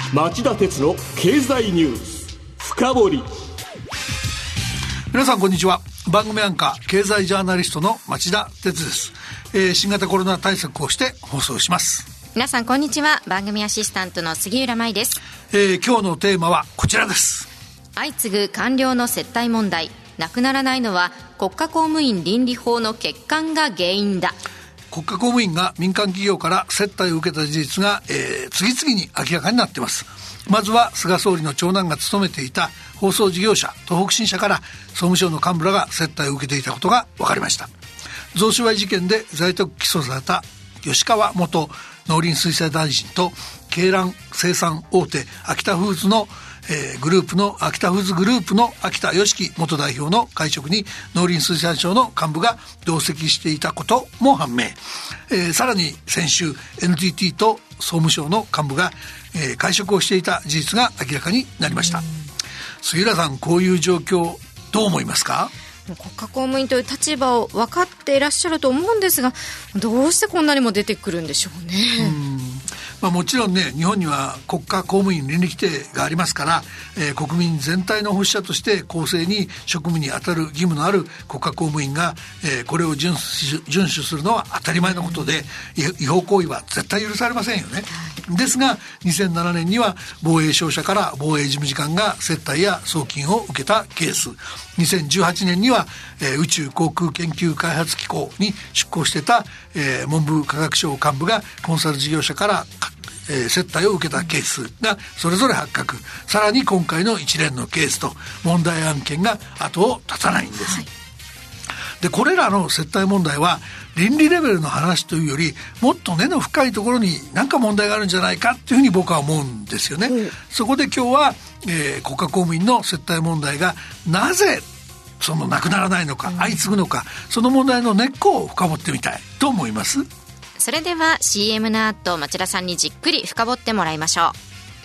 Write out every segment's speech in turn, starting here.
町田鉄の経済ニュース深掘り。 皆さんこんにちは。番組アンカー経済ジャーナリストの町田鉄です。新型コロナ対策をして放送します。 皆さんこんにちは。番組アシスタントの杉浦舞です。 今日のテーマはこちらです。 相次ぐ官僚の接待問題。なくならないのは国家公務員倫理法の欠陥が原因だ。 国家公務員が民間企業から接待を受けた事実が、次々に明らかになっています。まずは菅総理の長男が勤めていた放送事業者東北新社から総務省の幹部らが接待を受けていたことが分かりました。贈収賄事件で在宅起訴された吉川元農林水産大臣と鶏卵生産大手秋田フーズの秋田フーズグループの秋田善樹元代表の会食に農林水産省の幹部が同席していたことも判明。さらに先週 NTT と総務省の幹部が、会食をしていた事実が明らかになりました。杉浦さん、こういう状況どう思いますか？ 国家公務員という立場を分かっていらっしゃると思うんですが、どうしてこんなにも出てくるんでしょうね。 もちろんね、日本には国家公務員倫理規定がありますから、国民全体の保守者として公正に職務に当たる義務のある国家公務員が、これを遵守するのは当たり前のことで、違法行為は絶対許されませんよね。ですが2007年には防衛省社から防衛事務次官が接待や送金を受けたケース、2018年には、宇宙航空研究開発機構に出向してた、文部科学省幹部がコンサル事業者から接待を受けたケースがそれぞれ発覚。さらに今回の一連のケースと問題案件が後を絶たないんです。でこれらの接待問題は倫理レベルの話というよりもっと根の深いところに何か問題があるんじゃないかっていうふうに僕は思うんですよね。そこで今日は、国家公務員の接待問題がなぜなくならないのか、相次ぐのか、その問題の根っこを深掘ってみたいと思います。 それでは CM の後、町田さんにじっくり深掘ってもらいましょ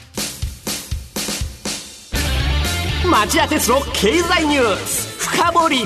う。町田鉄の経済ニュース深掘り。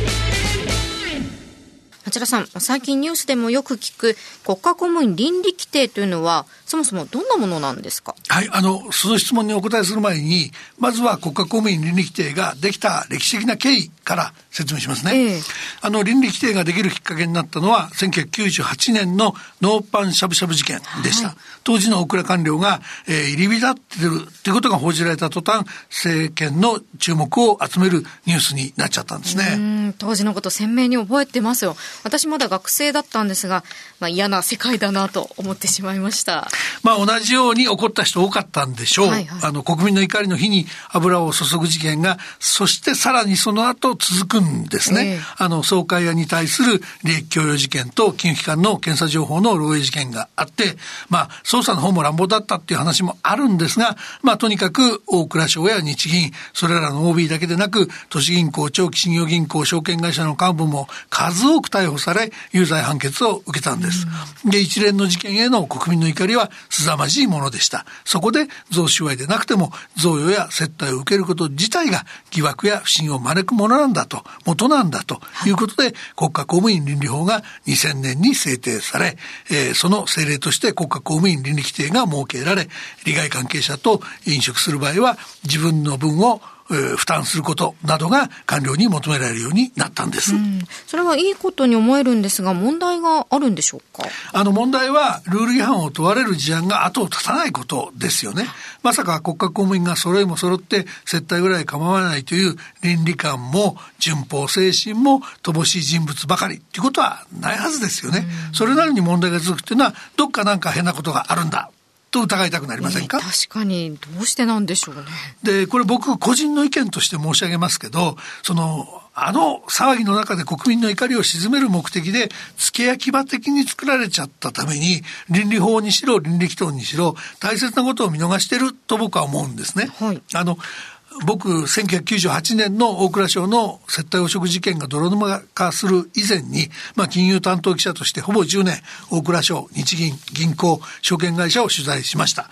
町田さん、最近ニュースでもよく聞く国家公務員倫理規定というのはそもそもどんなものなんですか？ はい、その質問にお答えする前にまずは国家公務員倫理規定ができた歴史的な経緯から説明しますね。倫理規定ができるきっかけになったのは1998年のノーパンしゃぶしゃぶ事件でした。当時の大蔵官僚が、入り浸っているということが報じられた途端、政権の注目を集めるニュースになっちゃったんですね。 当時のこと鮮明に覚えてますよ。私まだ学生だったんですが、嫌な世界だなと思ってしまいました。 同じように怒った人多かったんでしょう。国民の怒りの火に油を注ぐ事件が、そしてさらにその後続くんですね。総会屋に対する利益供与事件と金融機関の検査情報の漏洩事件があって、捜査の方も乱暴だったっていう話もあるんですが、とにかく大蔵省や日銀、それらの OB だけでなく都市銀行、長期信用銀行、証券会社の幹部も数多く逮捕され有罪判決を受けたんです。で一連の事件への国民の怒りは凄まじいものでした。そこで贈収賄でなくても贈与や接待を受けること自体が疑惑や不信を招くものなんだと、元なんだということで、国家公務員倫理法が2000年に制定され、その政令として国家公務員倫理規定が設けられ、利害関係者と飲食する場合は自分の分を負担することなどが官僚に求められるようになったんです。 それはいいことに思えるんですが、問題があるんでしょうか？ 問題はルール違反を問われる事案が後を絶たないことですよね。まさか国家公務員が揃いも揃って接待ぐらい構わないという倫理観も順法精神も乏しい人物ばかりということはないはずですよね。それなりに問題が続くというのはどっかなんか変なことがあるんだと疑いたくなりませんか？ 確かに、どうしてなんでしょうね。 でこれ僕個人の意見として申し上げますけど、騒ぎの中で国民の怒りを鎮める目的で付け焼き場的に作られちゃったために、倫理法にしろ倫理規定にしろ大切なことを見逃してると僕は思うんですね。僕1998年の大蔵省の接待汚職事件が泥沼化する以前に、金融担当記者としてほぼ10年大蔵省、日銀、銀行、証券会社を取材しました。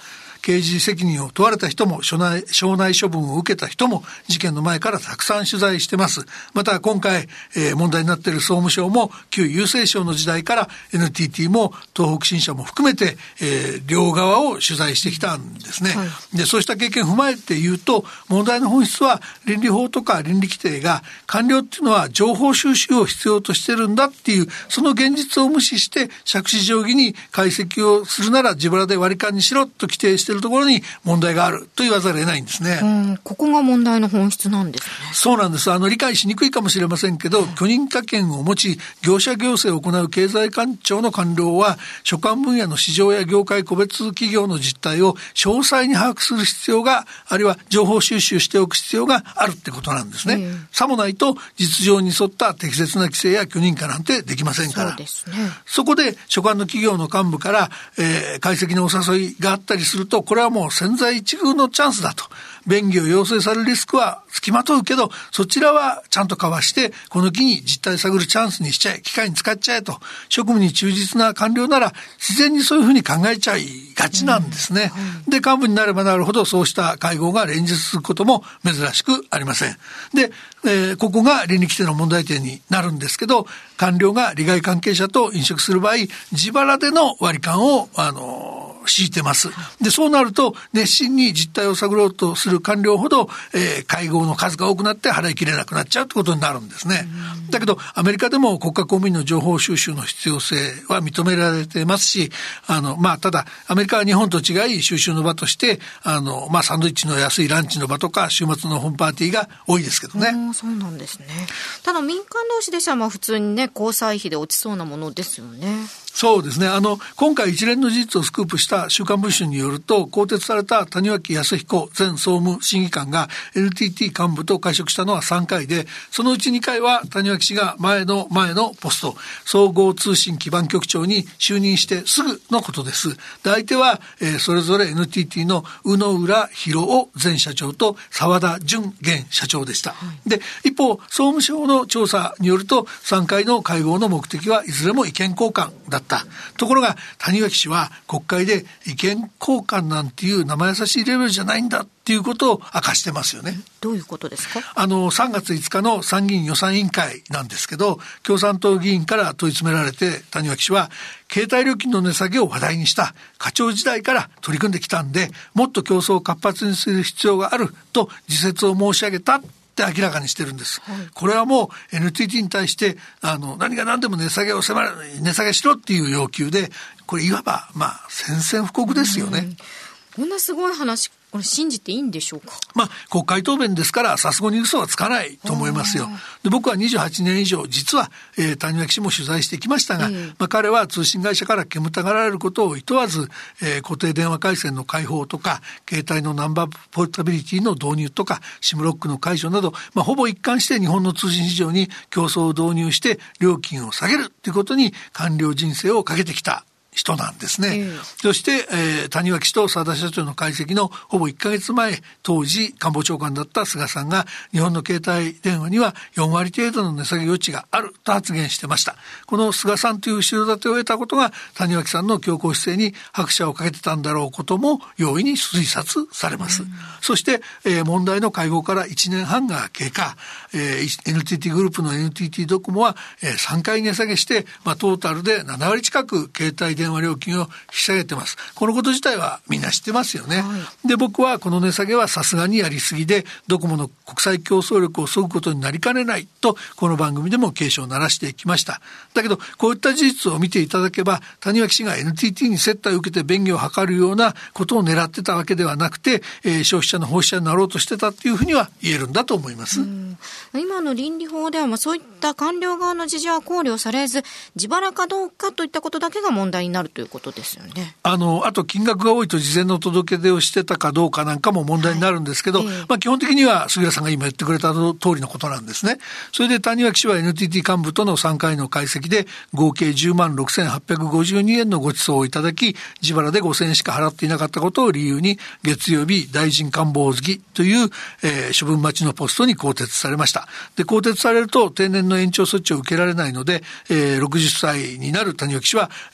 刑事責任を問われた人も省内処分を受けた人も事件の前からたくさん取材してます。また今回、問題になっている総務省も旧郵政省の時代から NTT も東北新社も含めて、両側を取材してきたんですね、はい、でそうした経験を踏まえて言うと、問題の本質は倫理法とか倫理規定が官僚っていうのは情報収集を必要としてるんだっていう、その現実を無視して杓子定規に解析をするなら自腹で割り勘にしろと規定しているところに問題があると言わざるを得ないんですね。 ここが問題の本質なんですね。 そうなんです。理解しにくいかもしれませんけど、許認可権を持ち業者行政を行う経済官庁の官僚は所管分野の市場や業界個別企業の実態を詳細に把握する必要が、あるいは情報収集しておく必要があるってことなんですね、さもないと実情に沿った適切な規制や許認可なんてできませんから。 そうですね。 そこで所管の企業の幹部から、解析のお誘いがあったりすると、これはもう千載一遇のチャンスだと。便宜を要請されるリスクはつきまとうけど、そちらはちゃんとかわしてこの機に実態探るチャンスにしちゃえ、機会に使っちゃえと。職務に忠実な官僚なら自然にそういうふうに考えちゃいがちなんですね、で幹部になればなるほどそうした会合が連日することも珍しくありません。で、ここが倫理規定の問題点になるんですけど、官僚が利害関係者と飲食する場合、自腹での割り勘を敷いてます。でそうなると熱心に実態を探ろうとする官僚ほど、会合の数が多くなって払いきれなくなっちゃうってことになるんですね。だけどアメリカでも国家公務員の情報収集の必要性は認められてますし、ただアメリカは日本と違い収集の場としてサンドイッチの安いランチの場とか週末のホームパーティーが多いですけどね。 そうなんですね。ただ民間同士でしたら普通にね、交際費で落ちそうなものですよね。 そうですね。今回一連の事実をスクープした週刊文春によると、更迭された谷脇康彦前総務審議官が NTT 幹部と会食したのは3回で、そのうち2回は谷脇氏が前のポスト総合通信基盤局長に就任してすぐのことです。で相手は、それぞれ NTT の宇野浦博夫前社長と澤田純現社長でした、で一方総務省の調査によると、3回の会合の目的はいずれも意見交換だった。ところが谷脇氏は国会で意見交換なんていう生優しいレベルじゃないんだっていうことを明かしてますよね。 どういうことですか ？3月5日の参議院予算委員会なんですけど、共産党議員から問い詰められて、谷脇氏は携帯料金の値下げを話題にした課長時代から取り組んできたんで、もっと競争を活発にする必要があると自説を申し上げたって明らかにしてるんです、これはもう NTT に対して何が何でも値下げしろっていう要求で、これいわば宣戦布告ですよね。 こんなすごい話、これ信じていいんでしょうか？ 国会答弁ですからさすがに嘘はつかないと思いますよ。で僕は28年以上実は、谷脇氏も取材してきましたが、彼は通信会社から煙たがられることを厭わず、固定電話回線の開放とか携帯のナンバーポータビリティの導入とかシムロックの解除など、ほぼ一貫して日本の通信市場に競争を導入して料金を下げるということに官僚人生をかけてきた人なんですね、そして、谷脇氏と澤田社長の会席のほぼ1ヶ月前、当時官房長官だった菅さんが日本の携帯電話には4割程度の値下げ余地があると発言してました。この菅さんという後ろ盾を得たことが谷脇さんの強硬姿勢に拍車をかけてたんだろうことも容易に推察されます、そして、問題の会合から1年半が経過、NTT グループの NTT ドコモは、3回値下げして、トータルで7割近く携帯電話料金を引き下げてます。このこと自体はみんな知ってますよね、で僕はこの値下げはさすがにやりすぎでドコモの国際競争力を削ぐことになりかねないとこの番組でも警鐘を鳴らしてきました。だけどこういった事実を見ていただけば、谷脇氏が NTT に接待を受けて便宜を図るようなことを狙ってたわけではなくて、消費者の奉仕者になろうとしてたっていうふうには言えるんだと思います。 今の倫理法ではそういった官僚側の事情は考慮されず、自腹かどうかといったことだけが問題になるということですよね。あと金額が多いと事前の届け出をしてたかどうかなんかも問題になるんですけど、基本的には杉浦さんが今言ってくれた通りのことなんですね。それで谷脇氏は NTT 幹部との3回の会席で合計10万6852円のご馳走をいただき、自腹で5000円しか払っていなかったことを理由に月曜日大臣官房付という、処分待ちのポストに更迭されました。で更迭されると定年の延長措置を受けられないので、60歳になる谷脇氏は、今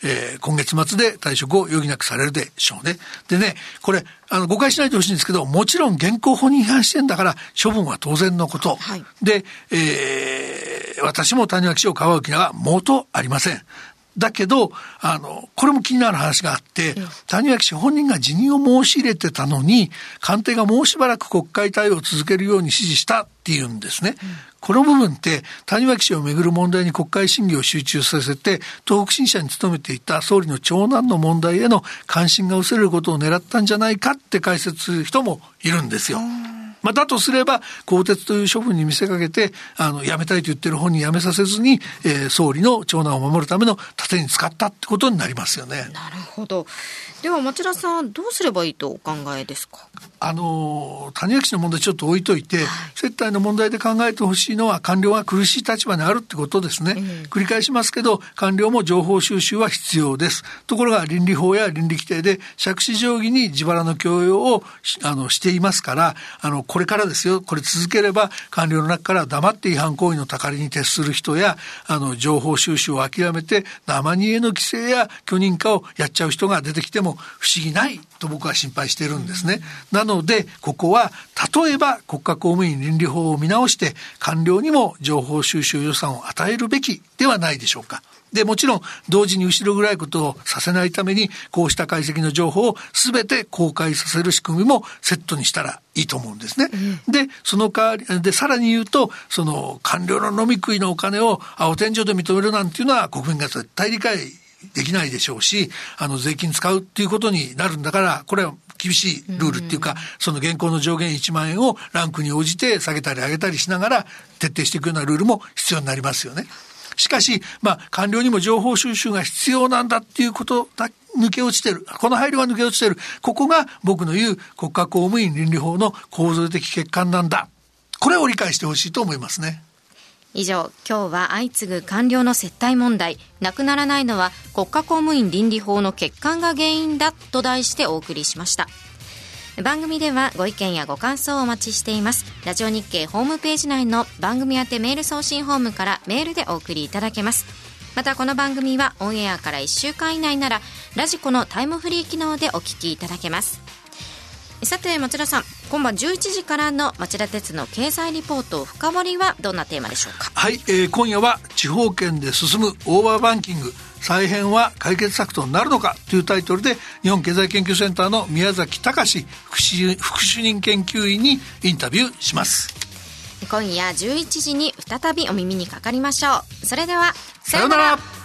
今月末で退職を余儀なくされるでしょうね。でね、これ誤解しないでほしいんですけど、もちろん現行法に違反してんだから処分は当然のこと、はい、で、私も谷脇氏をかばう気は元ありません。だけどこれも気になる話があって、谷脇氏本人が辞任を申し入れてたのに官邸がもうしばらく国会対応を続けるように指示したっていうんですね。この部分って谷脇氏をめぐる問題に国会審議を集中させて東北新社に勤めていた総理の長男の問題への関心が薄れることを狙ったんじゃないかって解説する人もいるんですよ。だとすれば更迭という処分に見せかけて辞めたいと言ってる本人辞めさせずに、総理の長男を守るための盾に使ったってことになりますよね。 なるほど。では町田さんどうすればいいとお考えですか？ 谷脇氏の問題ちょっと置いといて、はい、接待の問題で考えてほしいのは官僚が苦しい立場にあるってことですね。繰り返しますけど官僚も情報収集は必要です。ところが倫理法や倫理規定で杓子定規に自腹の強要をしていますからこれからですよ、これ続ければ官僚の中から黙って違反行為のたかりに徹する人や情報収集を諦めて生煮えの規制や許認可をやっちゃう人が出てきても不思議ないと僕は心配しているんですね。なのでここは例えば国家公務員倫理法を見直して官僚にも情報収集予算を与えるべきではないでしょうか。でもちろん同時に後ろ暗いことをさせないためにこうした解析の情報を全て公開させる仕組みもセットにしたらいいと思うんですね。でその代わりでさらに言うとその官僚の飲み食いのお金を青天井で認めるなんていうのは国民が絶対理解できないでしょうし税金使うっていうことになるんだからこれは厳しいルールっていうかその現行の上限1万円をランクに応じて下げたり上げたりしながら徹底していくようなルールも必要になりますよね。しかし、官僚にも情報収集が必要なんだっていうことだ抜け落ちてる。この配慮が抜け落ちてる。ここが僕の言う国家公務員倫理法の構造的欠陥なんだ。これを理解してほしいと思いますね。 以上、今日は相次ぐ官僚の接待問題、なくならないのは国家公務員倫理法の欠陥が原因だと題してお送りしました。番組ではご意見やご感想をお待ちしています。ラジオ日経ホームページ内の番組宛てメール送信フォームからメールでお送りいただけます。またこの番組はオンエアから1週間以内ならラジコのタイムフリー機能でお聞きいただけます。さて町田さん、今晩11時からの町田鉄の経済リポート深掘りはどんなテーマでしょうか？ はい、今夜は地方圏で進むオーバーバンキング再編は解決策となるのかというタイトルで日本経済研究センターの宮崎隆副主任研究員にインタビューします。 今夜11時に再びお耳にかかりましょう。それではさようなら。